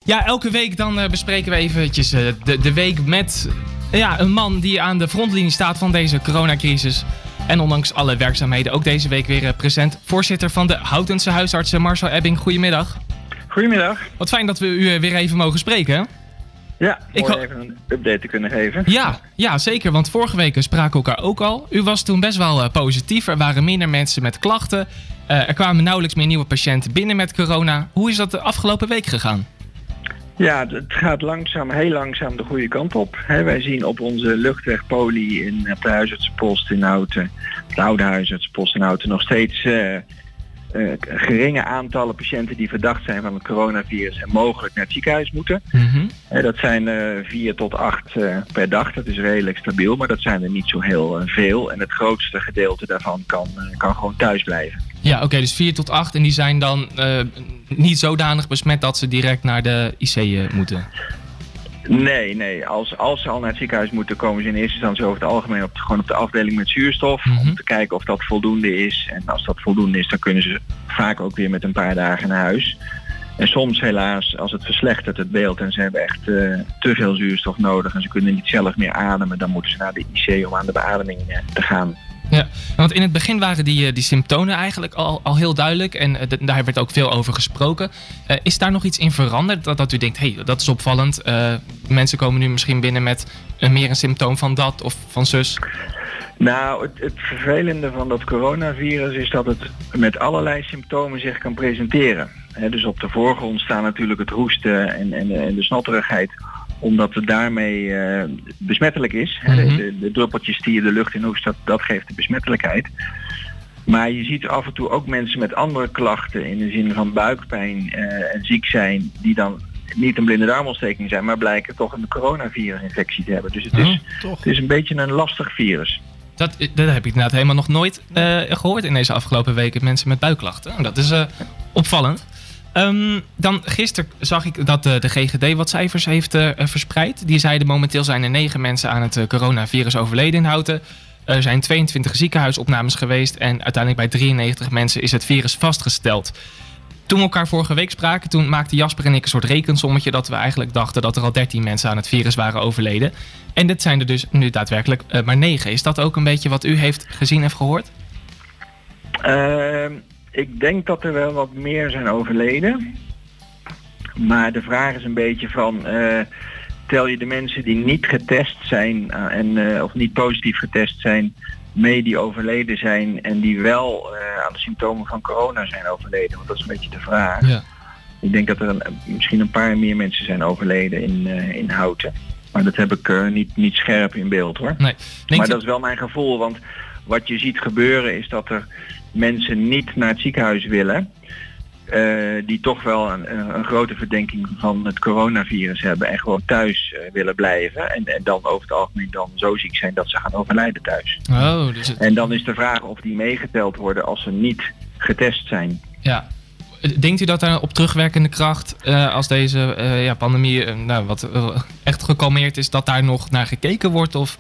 Ja, elke week dan bespreken we eventjes de week met een man die aan de frontlinie staat van deze coronacrisis. En ondanks alle werkzaamheden ook deze week weer present. Voorzitter van de Houtense huisartsen, Marcel Ebbing. Goedemiddag. Goedemiddag. Wat fijn dat we u weer even mogen spreken. Hè? Ja, mooi even een update te kunnen geven. Ja, zeker. Want vorige week spraken we elkaar ook al. U was toen best wel positief. Er waren minder mensen met klachten. Er kwamen nauwelijks meer nieuwe patiënten binnen met corona. Hoe is dat de afgelopen week gegaan? Ja, het gaat heel langzaam de goede kant op. Wij zien op onze luchtwegpoli op de huisartsenpost in Houten, de oude huisartsenpost in Houten, nog steeds geringe aantallen patiënten die verdacht zijn van het coronavirus en mogelijk naar het ziekenhuis moeten. Mm-hmm. Dat zijn 4 tot 8 per dag. Dat is redelijk stabiel, maar dat zijn er niet zo heel veel. En het grootste gedeelte daarvan kan gewoon thuis blijven. Ja, oké, dus 4 tot 8 en die zijn dan niet zodanig besmet dat ze direct naar de IC moeten? Nee. Als ze al naar het ziekenhuis moeten, komen ze in eerste instantie over het algemeen gewoon op de afdeling met zuurstof. Mm-hmm. Om te kijken of dat voldoende is. En als dat voldoende is, dan kunnen ze vaak ook weer met een paar dagen naar huis. En soms helaas, als het verslechtert het beeld en ze hebben echt te veel zuurstof nodig en ze kunnen niet zelf meer ademen, dan moeten ze naar de IC om aan de beademing te gaan. Ja, want in het begin waren die symptomen eigenlijk al heel duidelijk en daar werd ook veel over gesproken. Is daar nog iets in veranderd dat u denkt, hey, dat is opvallend. Mensen komen nu misschien binnen met meer een symptoom van dat of van zus? Nou, het vervelende van dat coronavirus is dat het met allerlei symptomen zich kan presenteren. Dus op de voorgrond staan natuurlijk het hoesten en de snotterigheid, omdat het daarmee besmettelijk is. Mm-hmm. De druppeltjes die je de lucht in hoest, dat geeft de besmettelijkheid. Maar je ziet af en toe ook mensen met andere klachten in de zin van buikpijn en ziek zijn, die dan niet een blinde darmontsteking zijn, maar blijken toch een coronavirusinfectie te hebben. Dus het is een beetje een lastig virus. Dat heb ik inderdaad helemaal nog nooit gehoord in deze afgelopen weken, mensen met buikklachten. Dat is opvallend. Dan gisteren zag ik dat de GGD wat cijfers heeft verspreid. Die zeiden momenteel zijn er 9 mensen aan het coronavirus overleden in Houten. Er zijn 22 ziekenhuisopnames geweest en uiteindelijk bij 93 mensen is het virus vastgesteld. Toen we elkaar vorige week spraken, toen maakte Jasper en ik een soort rekensommetje dat we eigenlijk dachten dat er al 13 mensen aan het virus waren overleden. En dit zijn er dus nu daadwerkelijk maar 9. Is dat ook een beetje wat u heeft gezien en gehoord? Ik denk dat er wel wat meer zijn overleden. Maar de vraag is een beetje van, tel je de mensen die niet getest zijn of niet positief getest zijn, mee die overleden zijn en die wel aan de symptomen van corona zijn overleden? Want dat is een beetje de vraag. Ja. Ik denk dat er misschien een paar meer mensen zijn overleden in Houten. Maar dat heb ik niet scherp in beeld, hoor. Nee. Maar dat is wel mijn gevoel, want wat je ziet gebeuren is dat er mensen niet naar het ziekenhuis willen, die toch wel een grote verdenking van het coronavirus hebben en gewoon thuis willen blijven. En dan over het algemeen dan zo ziek zijn dat ze gaan overlijden thuis. Oh, dus En dan is de vraag of die meegeteld worden als ze niet getest zijn. Ja. Denkt u dat daar op terugwerkende kracht, als deze pandemie echt gekalmeerd is, dat daar nog naar gekeken wordt? Of?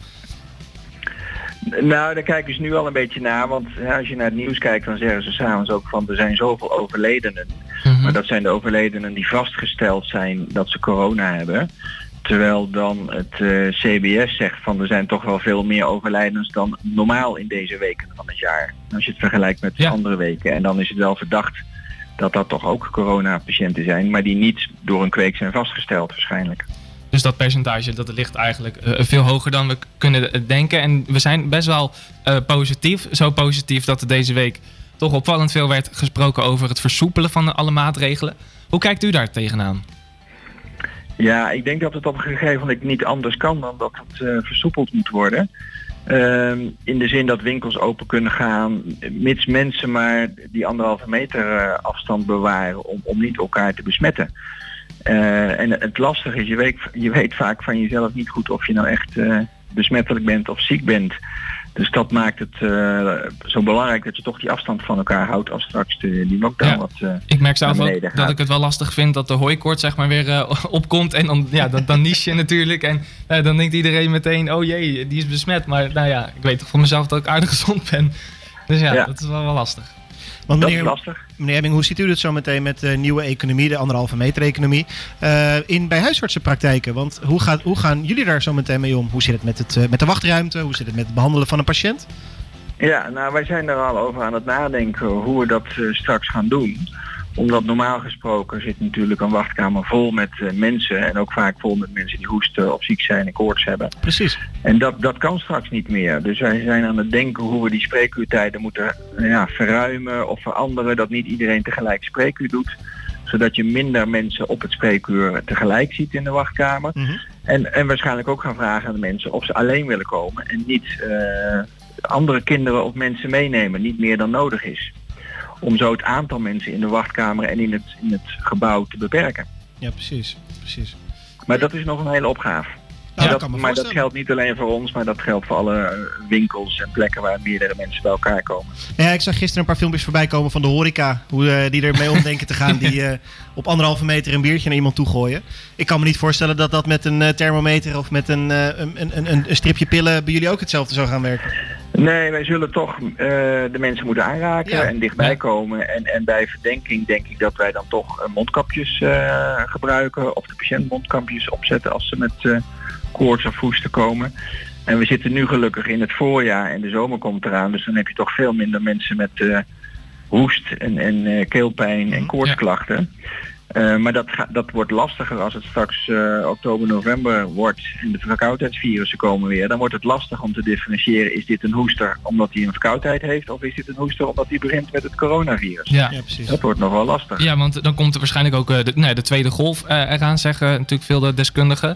Nou, daar kijken ze nu al een beetje naar, want als je naar het nieuws kijkt, dan zeggen ze 's avonds ook van er zijn zoveel overledenen. Mm-hmm. Maar dat zijn de overledenen die vastgesteld zijn dat ze corona hebben. Terwijl dan het CBS zegt van er zijn toch wel veel meer overlijdens dan normaal in deze weken van het jaar. Als je het vergelijkt met andere weken. En dan is het wel verdacht dat dat toch ook coronapatiënten zijn, maar die niet door een kweek zijn vastgesteld waarschijnlijk. Dus dat percentage dat ligt eigenlijk veel hoger dan we kunnen denken. En we zijn best wel positief. Zo positief dat er deze week toch opvallend veel werd gesproken over het versoepelen van alle maatregelen. Hoe kijkt u daar tegenaan? Ja, ik denk dat het op een gegeven moment niet anders kan dan dat het versoepeld moet worden. In de zin dat winkels open kunnen gaan, mits mensen maar die 1,5 meter afstand bewaren om niet elkaar te besmetten. En het lastige is, je weet vaak van jezelf niet goed of je nou echt besmettelijk bent of ziek bent. Dus dat maakt het zo belangrijk dat je toch die afstand van elkaar houdt als straks die lockdown ik merk zelf ook gaat. dat ik het wel lastig vind dat de hooikoorts zeg maar weer opkomt. En dan nies je natuurlijk. En dan denkt iedereen meteen, oh jee, die is besmet. Maar ik weet toch van mezelf dat ik aardig gezond ben. Dus dat is wel lastig. Want dat is lastig. Meneer Ebbing, hoe ziet u het zo meteen met de nieuwe economie, de 1,5 meter economie, bij huisartsenpraktijken? Want hoe gaan jullie daar zo meteen mee om? Hoe zit het met de wachtruimte? Hoe zit het met het behandelen van een patiënt? Ja, nou wij zijn er al over aan het nadenken hoe we dat straks gaan doen. Omdat normaal gesproken zit natuurlijk een wachtkamer vol met mensen en ook vaak vol met mensen die hoesten of ziek zijn en koorts hebben. Precies. En dat kan straks niet meer. Dus wij zijn aan het denken hoe we die spreekuurtijden moeten verruimen of veranderen. Dat niet iedereen tegelijk spreekuur doet. Zodat je minder mensen op het spreekuur tegelijk ziet in de wachtkamer. Mm-hmm. En waarschijnlijk ook gaan vragen aan de mensen of ze alleen willen komen. En niet andere kinderen of mensen meenemen. Niet meer dan nodig is. Om zo het aantal mensen in de wachtkamer en in het gebouw te beperken. Ja, precies. Maar dat is nog een hele opgave. Maar dat geldt niet alleen voor ons, maar dat geldt voor alle winkels en plekken waar meerdere mensen bij elkaar komen. Ja, ik zag gisteren een paar filmpjes voorbij komen van de horeca. Hoe die ermee om denken te gaan. Die op 1,5 meter een biertje naar iemand toe gooien. Ik kan me niet voorstellen dat met een thermometer of met een stripje pillen bij jullie ook hetzelfde zou gaan werken. Nee, wij zullen toch de mensen moeten aanraken en dichtbij komen. En bij verdenking denk ik dat wij dan toch mondkapjes gebruiken. Of de patiënt mondkapjes opzetten als ze met koorts of hoesten komen. En we zitten nu gelukkig in het voorjaar en de zomer komt eraan. Dus dan heb je toch veel minder mensen met hoest en keelpijn en koortsklachten. Maar dat wordt lastiger als het straks oktober, november wordt en de verkoudheidsvirussen komen weer. Dan wordt het lastig om te differentiëren, is dit een hoester omdat hij een verkoudheid heeft of is dit een hoester omdat hij begint met het coronavirus? Ja, precies. Dat wordt nog wel lastig. Ja, want dan komt er waarschijnlijk ook de tweede golf eraan, zeggen natuurlijk veel de deskundigen.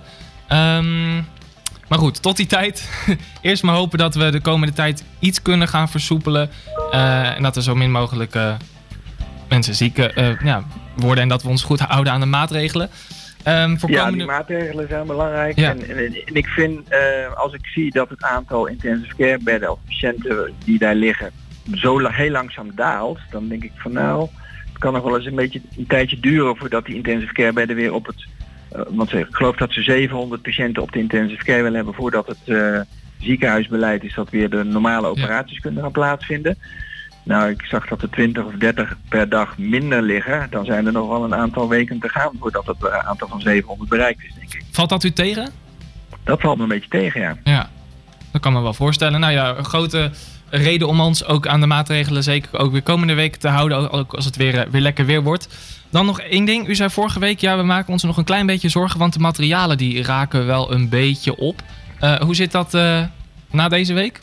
Maar goed, tot die tijd. Eerst maar hopen dat we de komende tijd iets kunnen gaan versoepelen. En dat er zo min mogelijk mensen ziek worden. En dat we ons goed houden aan de maatregelen. Die maatregelen zijn belangrijk. Ja. En ik vind, als ik zie dat het aantal intensive care bedden of patiënten die daar liggen zo heel langzaam daalt. Dan denk ik van het kan nog wel eens een tijdje duren voordat die intensive care bedden weer op het... want ik geloof dat ze 700 patiënten op de intensive care willen hebben voordat het ziekenhuisbeleid is dat weer de normale operaties kunnen gaan plaatsvinden. Nou, ik zag dat er 20 of 30 per dag minder liggen. Dan zijn er nog wel een aantal weken te gaan voordat het aantal van 700 bereikt is, denk ik. Valt dat u tegen? Dat valt me een beetje tegen, ja. Ja, dat kan me wel voorstellen. Nou ja, een grote reden om ons ook aan de maatregelen zeker ook weer komende week te houden. Ook als het weer lekker weer wordt. Dan nog één ding. U zei vorige week, we maken ons nog een klein beetje zorgen, want de materialen die raken wel een beetje op. Hoe zit dat na deze week?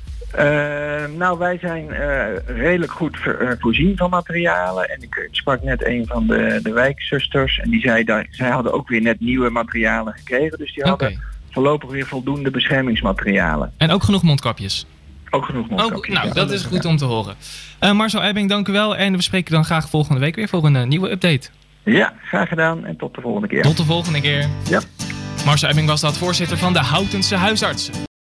Wij zijn redelijk goed voorzien van materialen. En ik sprak net een van de wijkzusters en die zei dat zij hadden ook weer net nieuwe materialen gekregen. Dus die hadden voorlopig weer voldoende beschermingsmaterialen. En ook genoeg mondkapjes? Ook genoeg mondkapjes. Dat is goed om te horen. Marcel Ebbing, dank u wel. En we spreken dan graag volgende week weer voor een nieuwe update. Ja, graag gedaan en tot de volgende keer. Tot de volgende keer. Ja. Marcel Ebbing was dat, voorzitter van de Houtense Huisartsen.